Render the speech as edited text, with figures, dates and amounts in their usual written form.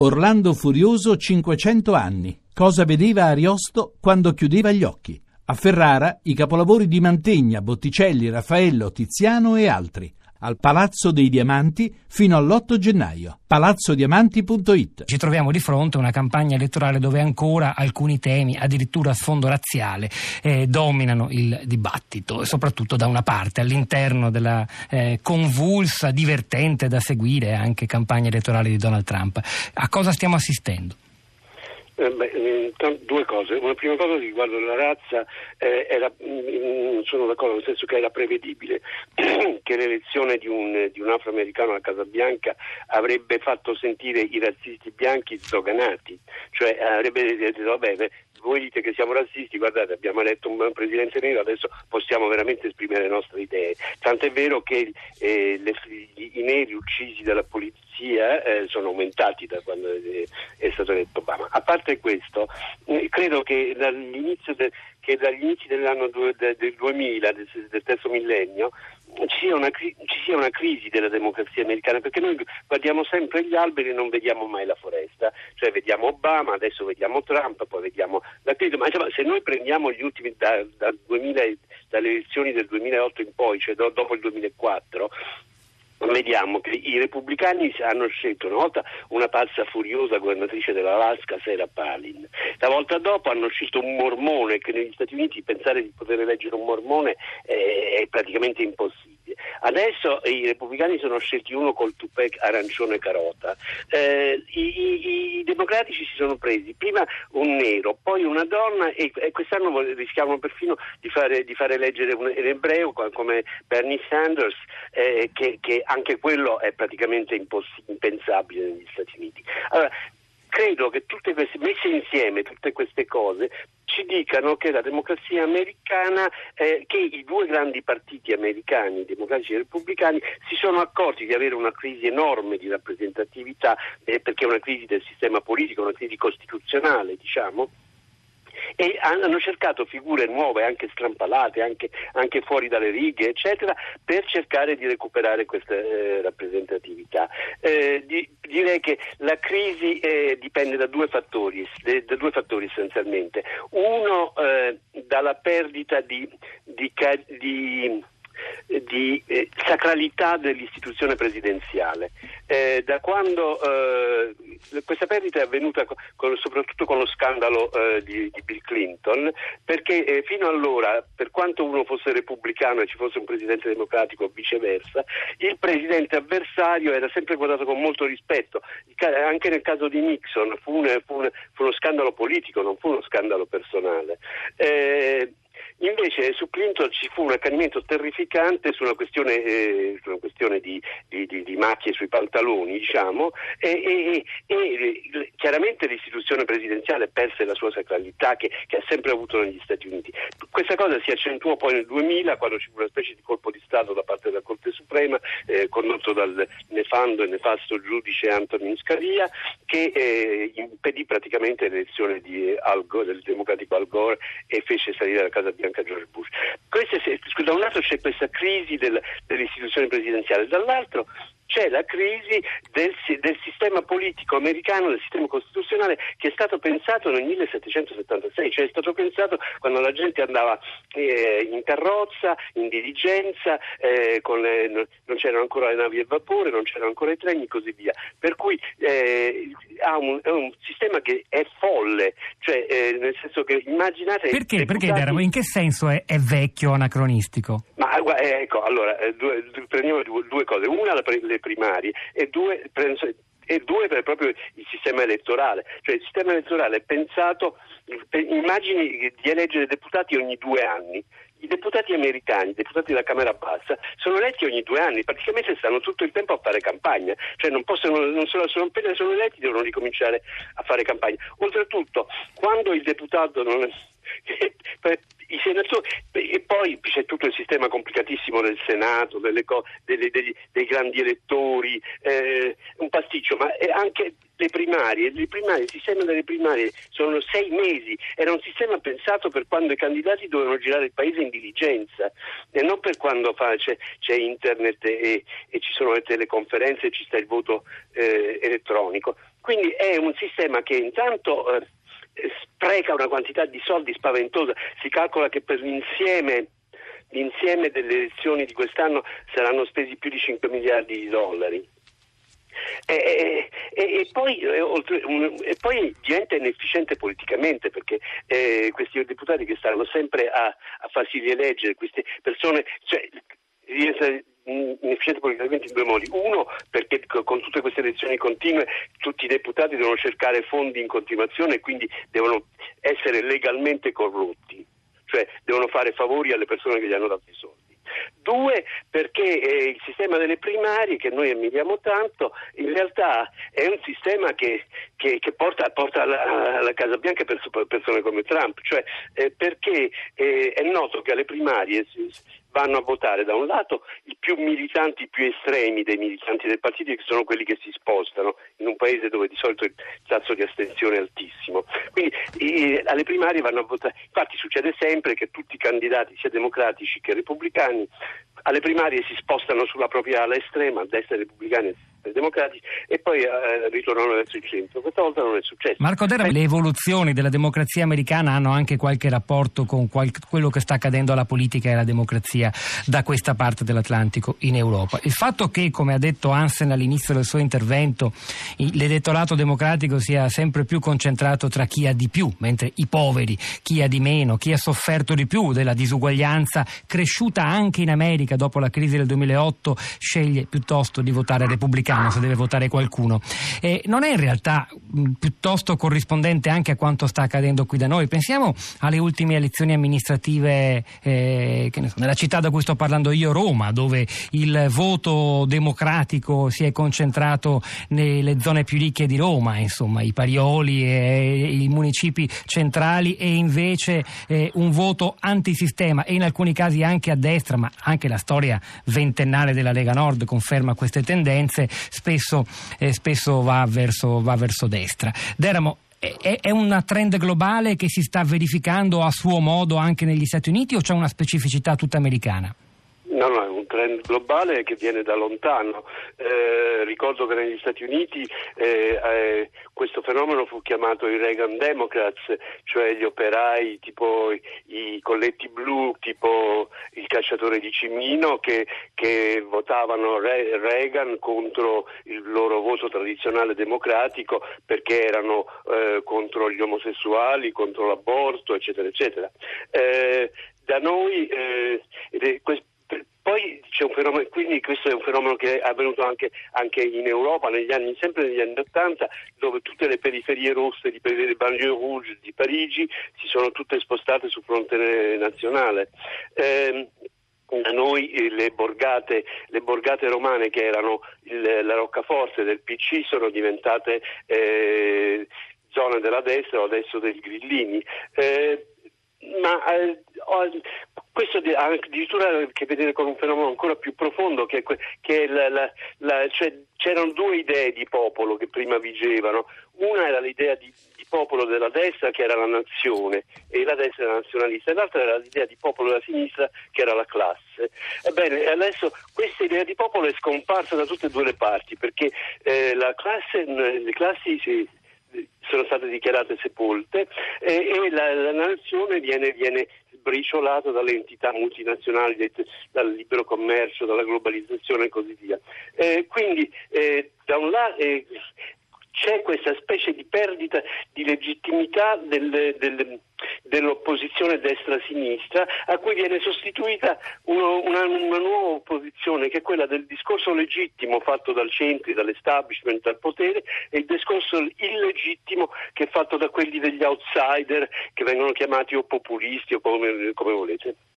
Orlando Furioso 500 anni. Cosa vedeva Ariosto quando chiudeva gli occhi? A Ferrara i capolavori di Mantegna, Botticelli, Raffaello, Tiziano e altri. Al Palazzo dei Diamanti fino all'8 gennaio. palazzodiamanti.it. Ci troviamo di fronte a una campagna elettorale dove ancora alcuni temi, addirittura a sfondo razziale, dominano il dibattito, soprattutto da una parte all'interno della convulsa, divertente da seguire anche campagna elettorale di Donald Trump. A cosa stiamo assistendo? Due cose. Una prima cosa riguardo la razza, sono d'accordo nel senso che era prevedibile che l'elezione di un afroamericano alla Casa Bianca avrebbe fatto sentire i razzisti bianchi sdoganati, cioè avrebbe detto vabbè, voi dite che siamo razzisti, guardate abbiamo eletto un presidente nero, adesso possiamo veramente esprimere le nostre idee. Tant'è vero che i neri uccisi dalla polizia sono aumentati da quando è stato eletto Obama. A parte questo, credo che dagli inizi dell'anno del 2000, del terzo millennio, ci sia una crisi della democrazia americana, perché noi guardiamo sempre gli alberi e non vediamo mai la foresta, cioè vediamo Obama, adesso vediamo Trump, poi vediamo la crisi, ma insomma, se noi prendiamo gli ultimi dalle elezioni del 2008 in poi, cioè dopo il 2004, vediamo che i repubblicani hanno scelto una volta una pazza furiosa governatrice dell'Alaska, Sarah Palin, la volta dopo hanno scelto un mormone, che negli Stati Uniti pensare di poter eleggere un mormone è praticamente impossibile. Adesso i repubblicani sono scelti uno col tupè arancione carota. I democratici si sono presi prima un nero, poi una donna e quest'anno rischiavano perfino di fare eleggere un ebreo come Bernie Sanders, che anche quello è praticamente impensabile negli Stati Uniti. Allora, credo che messe insieme tutte queste cose ci dicano che la democrazia americana, che i due grandi partiti americani, democratici e repubblicani, si sono accorti di avere una crisi enorme di rappresentatività, perché è una crisi del sistema politico, una crisi costituzionale, diciamo, e hanno cercato figure nuove, anche strampalate, anche fuori dalle righe, eccetera, per cercare di recuperare questa rappresentatività. Direi che la crisi dipende da due fattori essenzialmente. Uno, dalla perdita di sacralità dell'istituzione presidenziale. Da quando questa perdita è avvenuta soprattutto con lo scandalo di Bill Clinton, perché fino allora, per quanto uno fosse repubblicano e ci fosse un presidente democratico o viceversa, il presidente avversario era sempre guardato con molto rispetto. Anche nel caso di Nixon fu uno scandalo politico, non fu uno scandalo personale. Invece su Clinton ci fu un accanimento terrificante su una questione di macchie sui pantaloni, diciamo, e chiaramente l'istituzione presidenziale perse la sua sacralità che ha sempre avuto negli Stati Uniti. Questa cosa si accentuò poi nel 2000, quando ci fu una specie di colpo di Stato da parte della Corte Suprema, condotto dal nefando e nefasto giudice Antonin Scalia, che impedì praticamente l'elezione del democratico Al Gore e fece salire la Casa Bianca George Bush. Da un lato c'è questa crisi dell'istituzione presidenziale, dall'altro c'è la crisi del sistema politico americano, del sistema costituzionale, che è stato pensato nel 1776, cioè è stato pensato quando la gente andava in carrozza, in diligenza, non c'erano ancora le navi a vapore, non c'erano ancora i treni e così via. Per cui è un sistema che è folle, cioè nel senso che immaginate... Perché Deramo? In che senso è vecchio, anacronistico? Ma ecco, allora, prendiamo due cose. Una, le primarie, e due per proprio il sistema elettorale. Cioè il sistema elettorale è pensato, immagini di eleggere deputati ogni 2 anni. I deputati americani, i deputati della Camera Bassa, sono eletti ogni 2 anni, praticamente stanno tutto il tempo a fare campagna, cioè appena sono eletti devono ricominciare a fare campagna. Oltretutto, quando il deputato i senatori, e poi c'è tutto il sistema complicatissimo del Senato, dei grandi elettori, un pasticcio, ma anche le primarie, il sistema delle primarie sono 6 mesi, era un sistema pensato per quando i candidati dovevano girare il paese in diligenza e non per quando c'è internet e ci sono le teleconferenze e ci sta il voto elettronico. Quindi è un sistema che intanto spreca una quantità di soldi spaventosa. Si calcola che per l'insieme delle elezioni di quest'anno saranno spesi più di 5 miliardi di dollari. E poi diventa inefficiente politicamente, perché questi deputati che stanno sempre a farsi rieleggere, queste persone, cioè, diventa inefficiente politicamente in due modi. Uno, perché con tutte queste elezioni continue tutti i deputati devono cercare fondi in continuazione e quindi devono essere legalmente corrotti, cioè devono fare favori alle persone che gli hanno dato i soldi. Due, perché il sistema delle primarie, che noi ammiriamo tanto, in realtà è un sistema che porta alla Casa Bianca persone come Trump, cioè perché è noto che alle primarie vanno a votare da un lato i più militanti, i più estremi dei militanti del partito, che sono quelli che si spostano in un paese dove di solito il tasso di astensione è altissimo. Quindi alle primarie vanno a votare. Infatti succede sempre che tutti i candidati, sia democratici che repubblicani, alle primarie si spostano sulla propria ala estrema, a destra repubblicani e democratici, e poi ritornano verso il centro. Questa volta non è successo. Marco Dera, le evoluzioni della democrazia americana hanno anche qualche rapporto con quello che sta accadendo alla politica e alla democrazia da questa parte dell'Atlantico in Europa. Il fatto che, come ha detto Hansen all'inizio del suo intervento, l'elettorato democratico sia sempre più concentrato tra chi ha di più, mentre i poveri, chi ha di meno, chi ha sofferto di più della disuguaglianza cresciuta anche in America dopo la crisi del 2008, sceglie piuttosto di votare repubblicano se deve votare qualcuno. Non è in realtà piuttosto corrispondente anche a quanto sta accadendo qui da noi? Pensiamo alle ultime elezioni amministrative nella città da cui sto parlando io, Roma, dove il voto democratico si è concentrato nelle zone più ricche di Roma, insomma i Parioli e i municipi centrali, e invece un voto antisistema, e in alcuni casi anche a destra, ma anche la storia ventennale della Lega Nord conferma queste tendenze, spesso va verso destra. Deramo, è una trend globale che si sta verificando a suo modo anche negli Stati Uniti, o c'è una specificità tutta americana? No, è un trend globale che viene da lontano. Ricordo che negli Stati Uniti questo fenomeno fu chiamato i Reagan Democrats, cioè gli operai tipo i colletti blu, tipo il cacciatore di Cimino, che votavano Reagan contro il loro voto tradizionale democratico, perché erano contro gli omosessuali, contro l'aborto, eccetera, eccetera. Da noi poi c'è un fenomeno, quindi questo è un fenomeno che è avvenuto anche in Europa sempre negli anni 80, dove tutte le periferie rosse, le banlieue rouge di Parigi si sono tutte spostate sul fronte nazionale. Da noi le borgate romane, che erano la roccaforte del PC, sono diventate zone della destra o adesso dei grillini. Questo ha addirittura a che vedere con un fenomeno ancora più profondo, che cioè c'erano due idee di popolo che prima vigevano. Una era l'idea di popolo della destra, che era la nazione, e la destra era nazionalista, e l'altra era l'idea di popolo della sinistra, che era la classe. Ebbene, adesso questa idea di popolo è scomparsa da tutte e due le parti, perché le classi sono state dichiarate sepolte, e la nazione viene sbriciolata dalle entità multinazionali, dal libero commercio, dalla globalizzazione e così via. Quindi da un lato c'è questa specie di perdita di legittimità dell'opposizione destra-sinistra, a cui viene sostituita una nuova opposizione, che è quella del discorso legittimo fatto dal centro, dall'establishment, dal potere, e il discorso illegittimo che è fatto da quelli degli outsider, che vengono chiamati o populisti o come volete.